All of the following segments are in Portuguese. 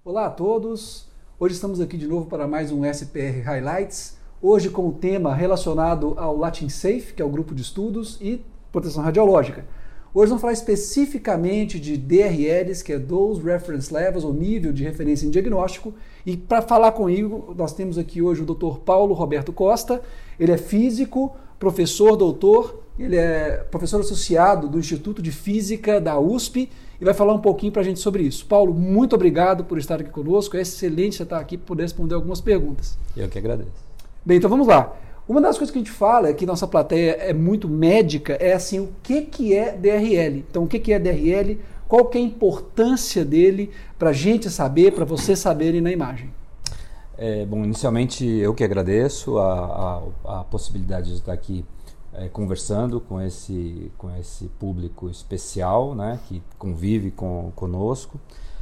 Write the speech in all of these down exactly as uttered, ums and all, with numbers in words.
Olá a todos, hoje estamos aqui de novo para mais um S P R Highlights, hoje com o tema relacionado ao LatinSafe, que é o grupo de estudos, e proteção radiológica. Hoje vamos falar especificamente de D R Ls, que é Dose Reference Levels, ou nível de referência em diagnóstico, e para falar comigo nós temos aqui hoje o doutor Paulo Roberto Costa, ele é físico, professor, doutor, ele é professor associado do Instituto de Física da U S P e vai falar um pouquinho para a gente sobre isso. Paulo, muito obrigado por estar aqui conosco, é excelente você estar aqui para poder responder algumas perguntas. Eu que agradeço. Bem, então vamos lá. Uma das coisas que a gente fala, que nossa plateia é muito médica, é assim, o que, que é D R L? Então, o que, que é D R L? Qual que é a importância dele para a gente saber, para vocês saberem na imagem? É, bom, inicialmente eu que agradeço a, a, a possibilidade de estar aqui é, conversando com esse, com esse público especial, né, que convive com, conosco.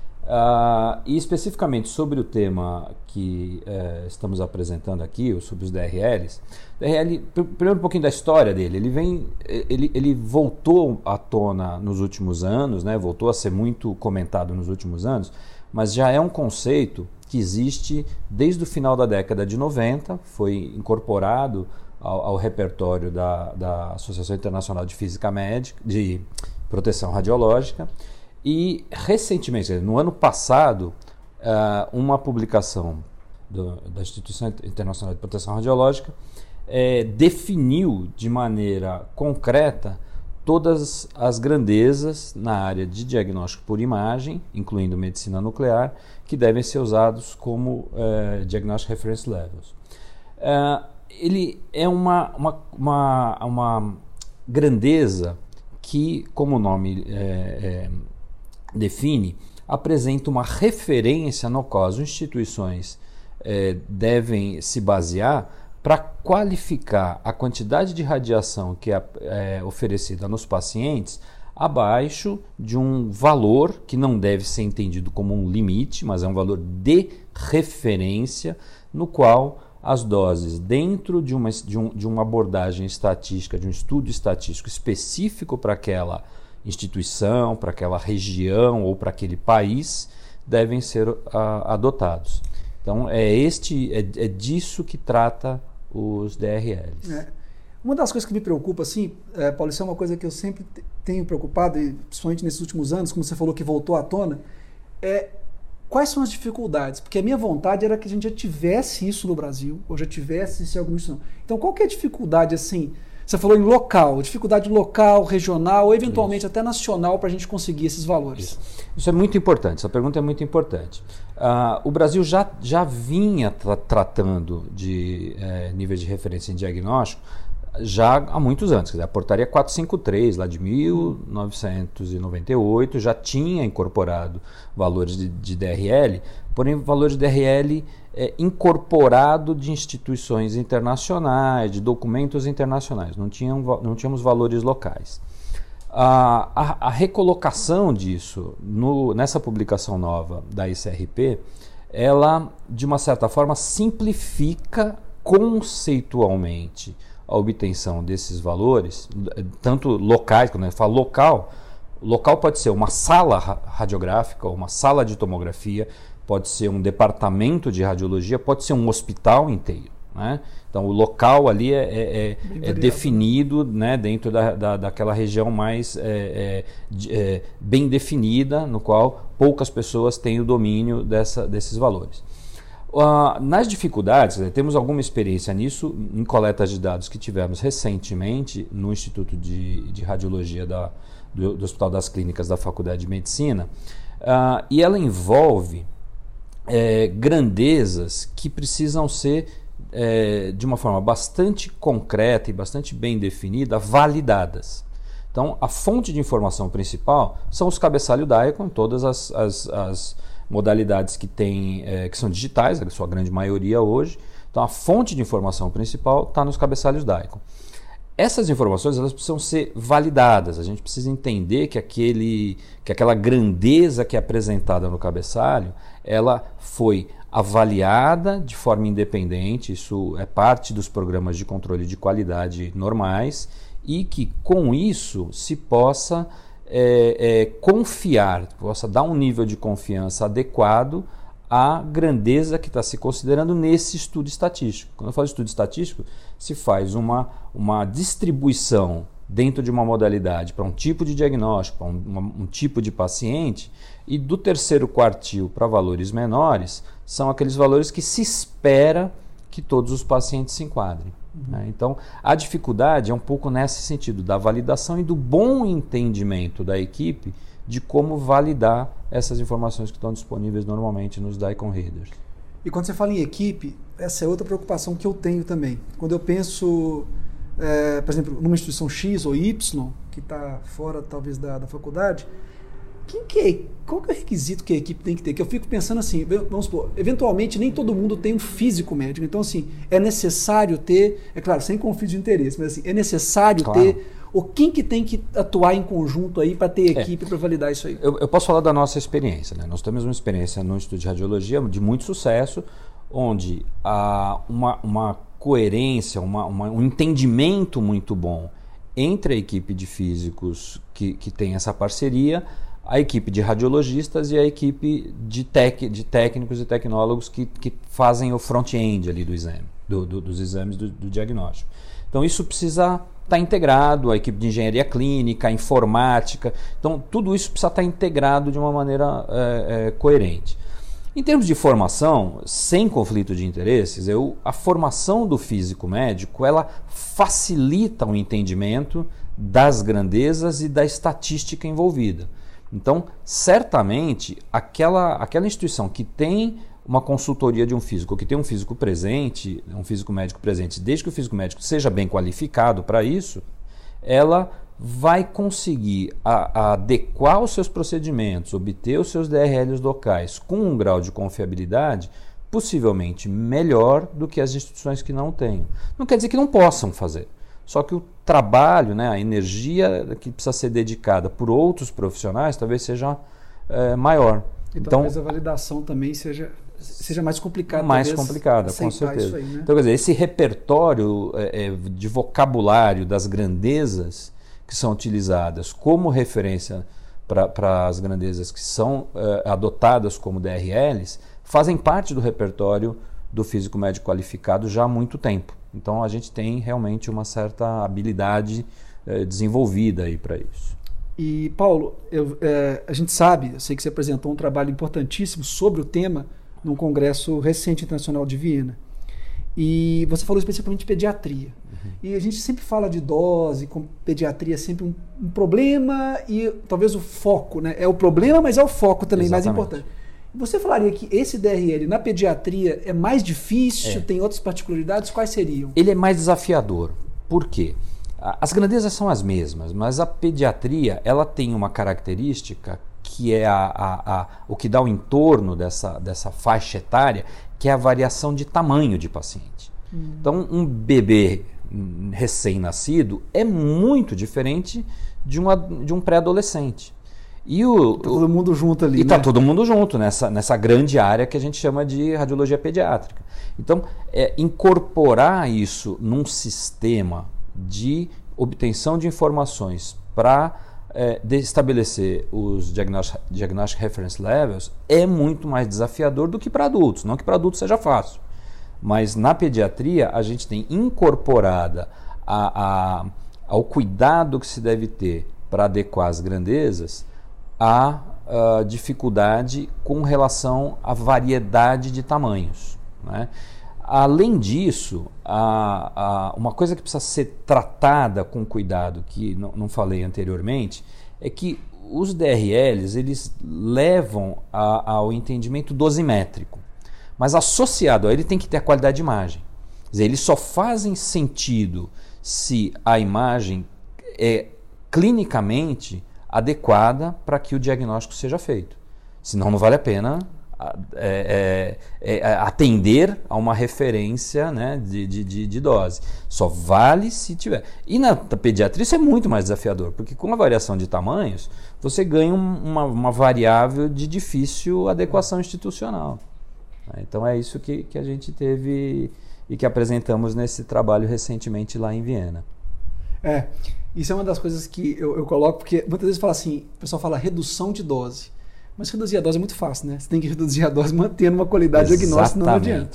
Uh, e especificamente sobre o tema que uh, estamos apresentando aqui, sobre os D R Ls. D R L, primeiro um pouquinho da história dele. Ele vem, ele, ele voltou à tona nos últimos anos, né? Voltou a ser muito comentado nos últimos anos, mas já é um conceito que existe desde o final da década de noventa, foi incorporado ao, ao repertório da, da Associação Internacional de Física Médica, de Proteção Radiológica. E recentemente, no ano passado, uma publicação do, da Instituição Internacional de Proteção Radiológica é, definiu de maneira concreta todas as grandezas na área de diagnóstico por imagem, incluindo medicina nuclear, que devem ser usados como é, Diagnostic Reference Levels. É, ele é uma, uma, uma, uma grandeza que, como o nome é, é, define, apresenta uma referência no qual as instituições eh, devem se basear para qualificar a quantidade de radiação que é, é oferecida nos pacientes abaixo de um valor que não deve ser entendido como um limite, mas é um valor de referência no qual as doses dentro de uma, de um, de uma abordagem estatística, de um estudo estatístico específico para aquela instituição, para aquela região ou para aquele país, devem ser uh, adotados. Então, é, este, é, é disso que trata os D R Ls. É. Uma das coisas que me preocupa, assim, é, Paulo, isso é uma coisa que eu sempre tenho preocupado, e principalmente nesses últimos anos, como você falou que voltou à tona, é quais são as dificuldades? Porque a minha vontade era que a gente já tivesse isso no Brasil, ou já tivesse isso em alguma instituição. Então, qual que é a dificuldade, assim? Você falou em local, dificuldade local, regional, ou eventualmente Isso. até nacional para a gente conseguir esses valores. Isso. Isso é muito importante, essa pergunta é muito importante. Uh, o Brasil já, já vinha tra tratando de eh, níveis de referência em diagnóstico já há muitos anos. Quer dizer, a portaria quatrocentos e cinquenta e três, lá de mil novecentos e noventa e oito, já tinha incorporado valores de, de D R L, porém valores de D R L é, incorporado de instituições internacionais, de documentos internacionais, não, tinham, não tínhamos valores locais. A, a, a recolocação disso no, nessa publicação nova da I C R P, ela de uma certa forma simplifica conceitualmente a obtenção desses valores, tanto locais, quando eu falo local, local pode ser uma sala radiográfica, uma sala de tomografia, pode ser um departamento de radiologia, pode ser um hospital inteiro, né? Então o local ali é, é, é, é definido, né, dentro da, da, daquela região mais é, é, é, bem definida, no qual poucas pessoas têm o domínio dessa, desses valores. Uh, nas dificuldades, né, temos alguma experiência nisso em coletas de dados que tivemos recentemente no Instituto de, de Radiologia da, do, do Hospital das Clínicas da Faculdade de Medicina, uh, e ela envolve é, grandezas que precisam ser, é, de uma forma bastante concreta e bastante bem definida, validadas. Então, a fonte de informação principal são os cabeçalhos D A I C O, em todas as, as, as modalidades que, tem, é, que são digitais, a sua grande maioria hoje. Então, a fonte de informação principal está nos cabeçalhos D A I C O. Essas informações elas precisam ser validadas, a gente precisa entender que, aquele, que aquela grandeza que é apresentada no cabeçalho, ela foi avaliada de forma independente, isso é parte dos programas de controle de qualidade normais, e que com isso se possa é, é, confiar, possa dar um nível de confiança adequado à grandeza que está se considerando nesse estudo estatístico. Quando eu falo estudo estatístico, se faz uma, uma distribuição dentro de uma modalidade para um tipo de diagnóstico, para um, um tipo de paciente, e do terceiro quartil para valores menores, são aqueles valores que se espera que todos os pacientes se enquadrem. Uhum. Né? Então, a dificuldade é um pouco nesse sentido, da validação e do bom entendimento da equipe de como validar essas informações que estão disponíveis normalmente nos DICOM Readers. E quando você fala em equipe, essa é outra preocupação que eu tenho também. Quando eu penso, é, por exemplo, numa instituição X ou Y, que está fora talvez da, da faculdade, quem que é, qual que é o requisito que a equipe tem que ter? Que eu fico pensando assim, vamos supor, eventualmente nem todo mundo tem um físico médico, então assim, é necessário ter, é claro, sem conflito de interesse, mas assim, é necessário claro. ter, ou quem que tem que atuar em conjunto aí para ter equipe é. para validar isso aí? Eu, eu posso falar da nossa experiência, né? Nós temos uma experiência no Instituto de Radiologia de muito sucesso, onde há uma, uma coerência, uma, uma, um entendimento muito bom entre a equipe de físicos que, que tem essa parceria, a equipe de radiologistas e a equipe de, tec, de técnicos e tecnólogos que, que fazem o front-end ali do exame, do, do, dos exames do, do diagnóstico. Então isso precisa estar integrado, a equipe de engenharia clínica, a informática, então tudo isso precisa estar integrado de uma maneira é, é, coerente. Em termos de formação, sem conflito de interesses, eu, a formação do físico médico ela facilita o entendimento das grandezas e da estatística envolvida. Então, certamente, aquela, aquela instituição que tem uma consultoria de um físico, que tem um físico presente, um físico médico presente, desde que o físico médico seja bem qualificado para isso, ela vai conseguir a, a adequar os seus procedimentos, obter os seus D R Ls locais com um grau de confiabilidade possivelmente melhor do que as instituições que não tenham. Não quer dizer que não possam fazer. Só que o trabalho, né, a energia que precisa ser dedicada por outros profissionais talvez seja é, maior. E então, talvez a validação também seja, seja mais complicada. Mais complicada, com certeza. Aí, né? Então, quer dizer, esse repertório é, de vocabulário das grandezas que são utilizadas como referência para as grandezas que são é, adotadas como D R Ls fazem parte do repertório do físico médico qualificado já há muito tempo. Então a gente tem realmente uma certa habilidade eh, desenvolvida aí para isso. E Paulo, eu, é, a gente sabe, eu sei que você apresentou um trabalho importantíssimo sobre o tema num congresso recente internacional de Viena. E você falou especificamente de pediatria. Uhum. E a gente sempre fala de dose, com pediatria é sempre um, um problema e talvez o foco, né? É o problema, mas é o foco também Exatamente. mais importante. Você falaria que esse D R L na pediatria é mais difícil, é. tem outras particularidades? Quais seriam? Ele é mais desafiador. Por quê? As grandezas são as mesmas, mas a pediatria ela tem uma característica que é a, a, a, o que dá o entorno dessa, dessa faixa etária, que é a variação de tamanho de paciente. Hum. Então, um bebê recém-nascido é muito diferente de, uma, de um pré-adolescente. E o, tá todo mundo junto ali. E está né? todo mundo junto nessa, nessa grande área que a gente chama de radiologia pediátrica. Então, é, incorporar isso num sistema de obtenção de informações para é, estabelecer os diagnostic, diagnostic Reference Levels é muito mais desafiador do que para adultos. Não que para adultos seja fácil, mas na pediatria a gente tem incorporada a, a, ao cuidado que se deve ter para adequar as grandezas a uh, dificuldade com relação à variedade de tamanhos. Né? Além disso, a, a, uma coisa que precisa ser tratada com cuidado, que não, não falei anteriormente, é que os D R Ls eles levam a, ao entendimento dosimétrico, mas associado a ele tem que ter a qualidade de imagem. Quer dizer, eles só fazem sentido se a imagem é clinicamente adequada para que o diagnóstico seja feito. Senão não vale a pena é, é, é, atender a uma referência, né, de, de, de dose. Só vale se tiver. E na pediatria isso é muito mais desafiador, porque com a variação de tamanhos, você ganha uma, uma variável de difícil adequação institucional. Então é isso que, que a gente teve e que apresentamos nesse trabalho recentemente lá em Viena. É, isso é uma das coisas que eu, eu coloco, porque muitas vezes fala assim, o pessoal fala redução de dose, Mas reduzir a dose é muito fácil, né? Você tem que reduzir a dose mantendo uma qualidade diagnóstica, não adianta.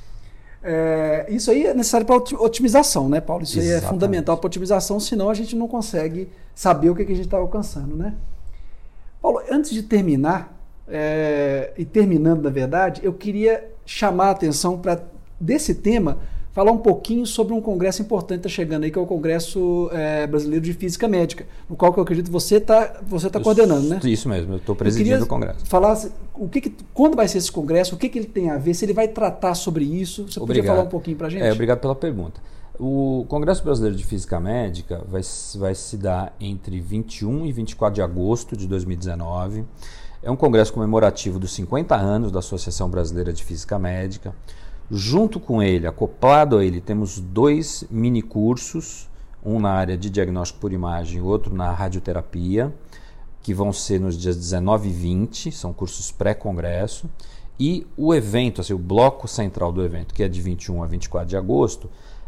É, isso aí é necessário para otimização, né, Paulo? Isso Exatamente. aí é fundamental para otimização, senão a gente não consegue saber o que, que a gente está alcançando, né? Paulo, antes de terminar, é, e terminando na verdade, eu queria chamar a atenção para, desse tema, falar um pouquinho sobre um congresso importante que está chegando aí, que é o Congresso é, Brasileiro de Física Médica, no qual que eu acredito que você está você tá coordenando, né? Isso mesmo, eu estou presidindo o congresso. Falar o que, que quando vai ser esse congresso, o que, que ele tem a ver, se ele vai tratar sobre isso, você obrigado. podia falar um pouquinho para a gente? É, obrigado pela pergunta. O Congresso Brasileiro de Física Médica vai, vai se dar entre vinte e um e vinte e quatro de agosto de dois mil e dezenove. É um congresso comemorativo dos cinquenta anos da Associação Brasileira de Física Médica. Junto com ele, acoplado a ele, temos dois mini cursos, um na área de diagnóstico por imagem e outro na radioterapia, que vão ser nos dias dezenove e vinte, são cursos pré-congresso. E o evento, assim, o bloco central do evento, que é de vinte e um a vinte e quatro de agosto,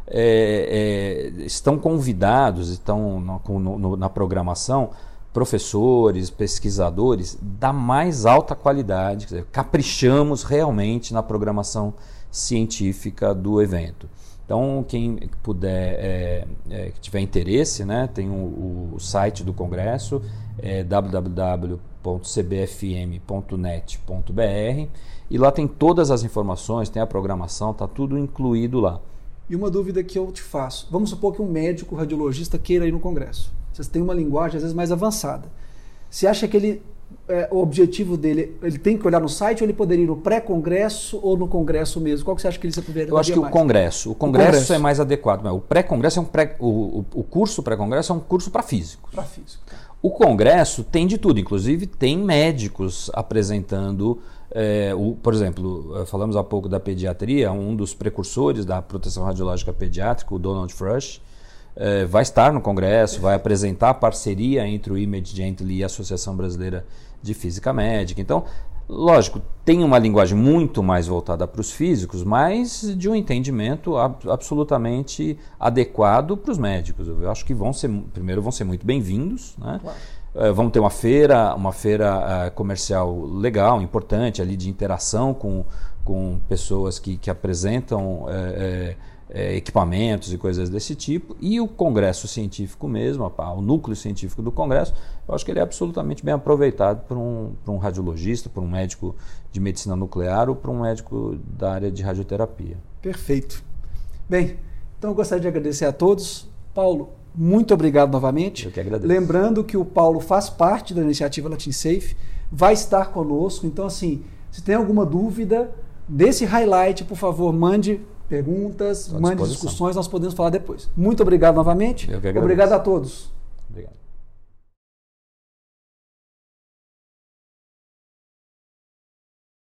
é, é, estão convidados, estão no, no, na programação, professores, pesquisadores da mais alta qualidade, quer dizer, caprichamos realmente na programação científica do evento. Então, quem puder, é, é, que tiver interesse, né, tem o, o site do congresso, é w w w ponto c b f m ponto net ponto b r, e lá tem todas as informações, tem a programação, está tudo incluído lá. E uma dúvida que eu te faço, vamos supor que um médico radiologista queira ir no congresso. Vocês têm uma linguagem às vezes mais avançada. Você acha que ele, é, o objetivo dele, ele tem que olhar no site ou ele poderia ir no pré-congresso ou no congresso mesmo? Qual que você acha que ele se poderia? Eu acho que mais? o congresso. O congresso, o congresso é mais adequado. O pré-congresso é um pré, o, o, o curso pré-congresso é um curso para físicos. Para físico. O congresso tem de tudo, inclusive tem médicos apresentando, é, o, por exemplo, falamos há pouco da pediatria, um dos precursores da proteção radiológica pediátrica, o Donald Frush, é, vai estar no congresso, vai apresentar a parceria entre o Image Gently e a Associação Brasileira de Física Médica. Então, lógico, tem uma linguagem muito mais voltada para os físicos, mas de um entendimento ab- absolutamente adequado para os médicos. Eu acho que vão ser, primeiro, vão ser muito bem-vindos, né? Claro. Uh, vamos ter uma feira, uma feira uh, comercial legal, importante, ali de interação com, com pessoas que, que apresentam uh, uh, É, equipamentos e coisas desse tipo, e o congresso científico mesmo, o núcleo científico do congresso, eu acho que ele é absolutamente bem aproveitado por um, por um radiologista, por um médico de medicina nuclear ou por um médico da área de radioterapia. Perfeito. Bem, então eu gostaria de agradecer a todos. Paulo, muito obrigado novamente. Eu que agradeço. Lembrando que o Paulo faz parte da iniciativa LatinSafe, vai estar conosco, então assim, se tem alguma dúvida desse highlight, por favor, mande perguntas, mande discussões, nós podemos falar depois. Muito obrigado novamente. Eu que agradeço. Obrigado a todos. Obrigado.